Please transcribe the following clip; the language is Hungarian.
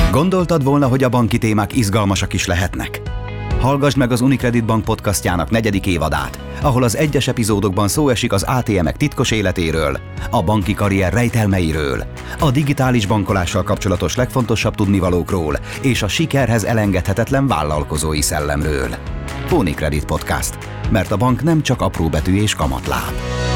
Gondoltad volna, hogy a banki témák izgalmasak is lehetnek? Hallgasd meg az Unicredit Bank podcastjának 4. évadát, ahol az egyes epizódokban szó esik az ATM-ek titkos életéről, a banki karrier rejtelmeiről, a digitális bankolással kapcsolatos legfontosabb tudnivalókról és a sikerhez elengedhetetlen vállalkozói szellemről. Unicredit Podcast, mert a bank nem csak apró betű és kamatláb.